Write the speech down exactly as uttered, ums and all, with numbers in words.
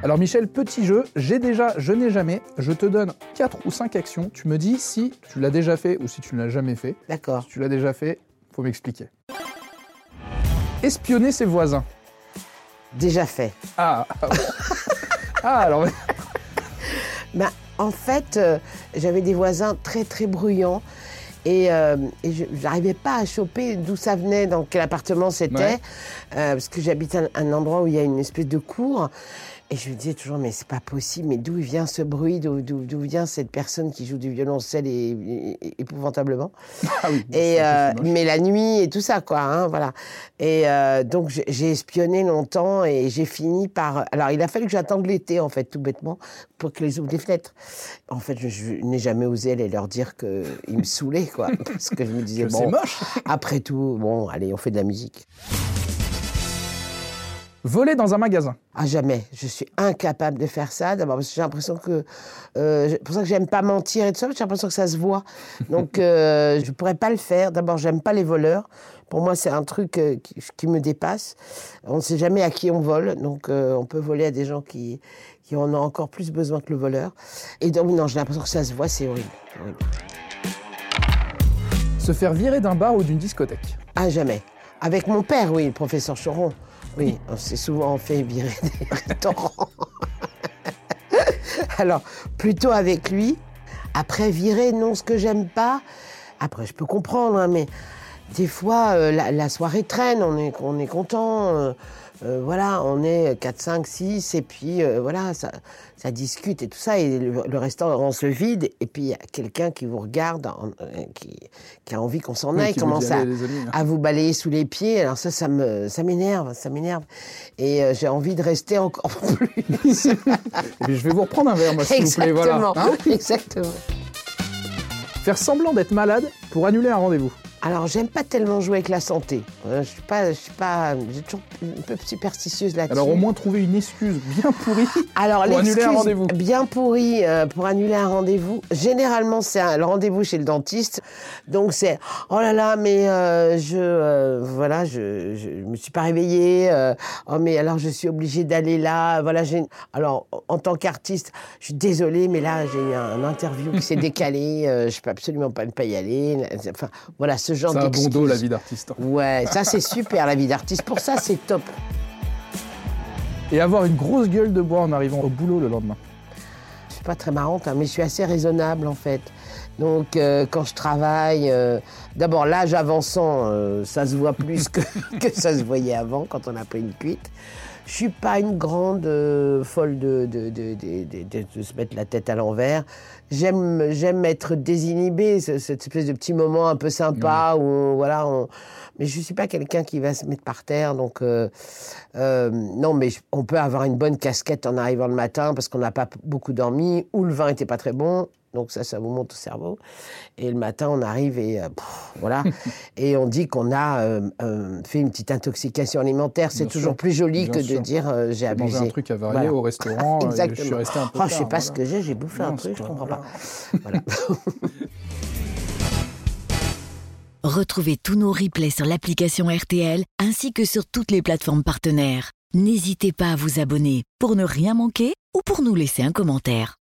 Alors Michel, petit jeu, j'ai déjà, je n'ai jamais. Je te donne quatre ou cinq actions. Tu me dis si tu l'as déjà fait ou si tu ne l'as jamais fait. D'accord. Si tu l'as déjà fait, faut m'expliquer. Espionner ses voisins. Déjà fait. Ah, ah alors... Ben, en fait, euh, j'avais des voisins très très bruyants. Et, euh, et je n'arrivais pas à choper d'où ça venait, dans quel appartement c'était, Ouais. euh, parce que j'habite un, un endroit où il y a une espèce de cour. Et je me disais toujours, mais c'est pas possible, mais d'où vient ce bruit, d'où, d'où, d'où vient cette personne qui joue du violoncelle et, et- et- épouvantablement. Ah oui, Et c'est un euh, peu moche. mais la nuit et tout ça, quoi, hein, voilà. Et euh, donc j'ai j'ai espionné longtemps et j'ai fini par. Alors il a fallu que j'attende l'été, en fait, tout bêtement, pour qu'ils ouvrent les fenêtres. En fait, je, je n'ai jamais osé aller leur dire qu'ils me saoulaient, quoi, parce que je me disais Que bon, c'est moche. après tout, bon, allez, on fait de la musique. Voler dans un magasin. Ah, jamais. Je suis incapable de faire ça. D'abord parce que j'ai l'impression que... Euh, c'est pour ça que j'aime pas mentir et tout ça, parce que j'ai l'impression que ça se voit. Donc, euh, je pourrais pas le faire. D'abord, j'aime pas les voleurs. Pour moi, c'est un truc euh, qui, qui me dépasse. On ne sait jamais à qui on vole. Donc, euh, on peut voler à des gens qui, qui en ont encore plus besoin que le voleur. Et donc, non, j'ai l'impression que ça se voit. C'est horrible. C'est horrible. Se faire virer d'un bar ou d'une discothèque. Ah, jamais. Avec mon père, oui, le professeur Choron. Oui, on s'est souvent fait virer des restaurants. Alors, plutôt avec lui. Après, virer, non, ce que j'aime pas. Après, je peux comprendre, hein, mais des fois, euh, la, la soirée traîne, on est, on est content. Euh, euh, voilà, on est quatre, cinq, six, et puis euh, voilà, ça, ça discute et tout ça, et le, le restaurant se vide, et puis il y a quelqu'un qui vous regarde, en, euh, qui, qui a envie qu'on s'en Oui, aille, qui vous commence dit, à, allez, les amis, hein. à vous balayer sous les pieds. Alors ça, ça me, ça m'énerve, ça m'énerve. Et euh, j'ai envie de rester encore plus. Et puis je vais vous reprendre un verre, moi, s'il vous plaît. Voilà. Exactement, Hein. exactement. Faire semblant d'être malade pour annuler un rendez-vous. Alors, j'aime pas tellement jouer avec la santé. Euh, je suis pas, je suis pas, j'ai toujours un peu superstitieuse là-dessus. Alors au moins trouver une excuse bien pourrie Alors, pour annuler un l'excuse rendez-vous. bien pourrie euh, pour annuler un rendez-vous. Généralement, c'est un, le rendez-vous chez le dentiste. Donc, c'est oh là là, mais euh, je euh, voilà, je, je me suis pas réveillée. Euh, oh mais alors je suis obligée d'aller là. Voilà, j'ai. Alors, en tant qu'artiste, je suis désolée, mais là j'ai eu un, un interview qui s'est décalé. Euh, je peux absolument pas ne pas y aller. Enfin, voilà, ce genre C'est un bon d'excuses. dos, la vie d'artiste. Ouais, ça c'est super la vie d'artiste. Pour ça, c'est top. Et avoir une grosse gueule de bois en arrivant au boulot le lendemain. Je suis pas très marrante, hein, mais je suis assez raisonnable en fait. Donc euh, quand je travaille, euh, d'abord l'âge avançant, euh, ça se voit plus que, que ça se voyait avant quand on a pris une cuite. Je suis pas une grande euh, folle de, de, de, de, de, de, de se mettre la tête à l'envers. J'aime, j'aime être désinhibée, ce- cette espèce de petit moment un peu sympa où on- voilà. On... Mais je suis pas quelqu'un qui va se mettre par terre, donc euh, euh, non. Mais je- on peut avoir une bonne casquette en arrivant le matin parce qu'on n'a pas p- beaucoup dormi ou le vin était pas très bon. Donc ça, ça vous monte au cerveau. Et le matin, on arrive et euh, pff, voilà. Et on dit qu'on a euh, euh, fait une petite intoxication alimentaire. C'est Bien toujours sûr. plus joli Bien que sûr. de dire euh, j'ai J'ai mangé abusé. un truc à varier Voilà. au restaurant. et Exactement. Je suis resté un peu Oh, je sais tard, pas ce voilà. que j'ai, j'ai bouffé un Non, truc, c'est je comprends voilà. pas. Voilà. Retrouvez tous nos replays sur l'application R T L ainsi que sur toutes les plateformes partenaires. N'hésitez pas à vous abonner pour ne rien manquer ou pour nous laisser un commentaire.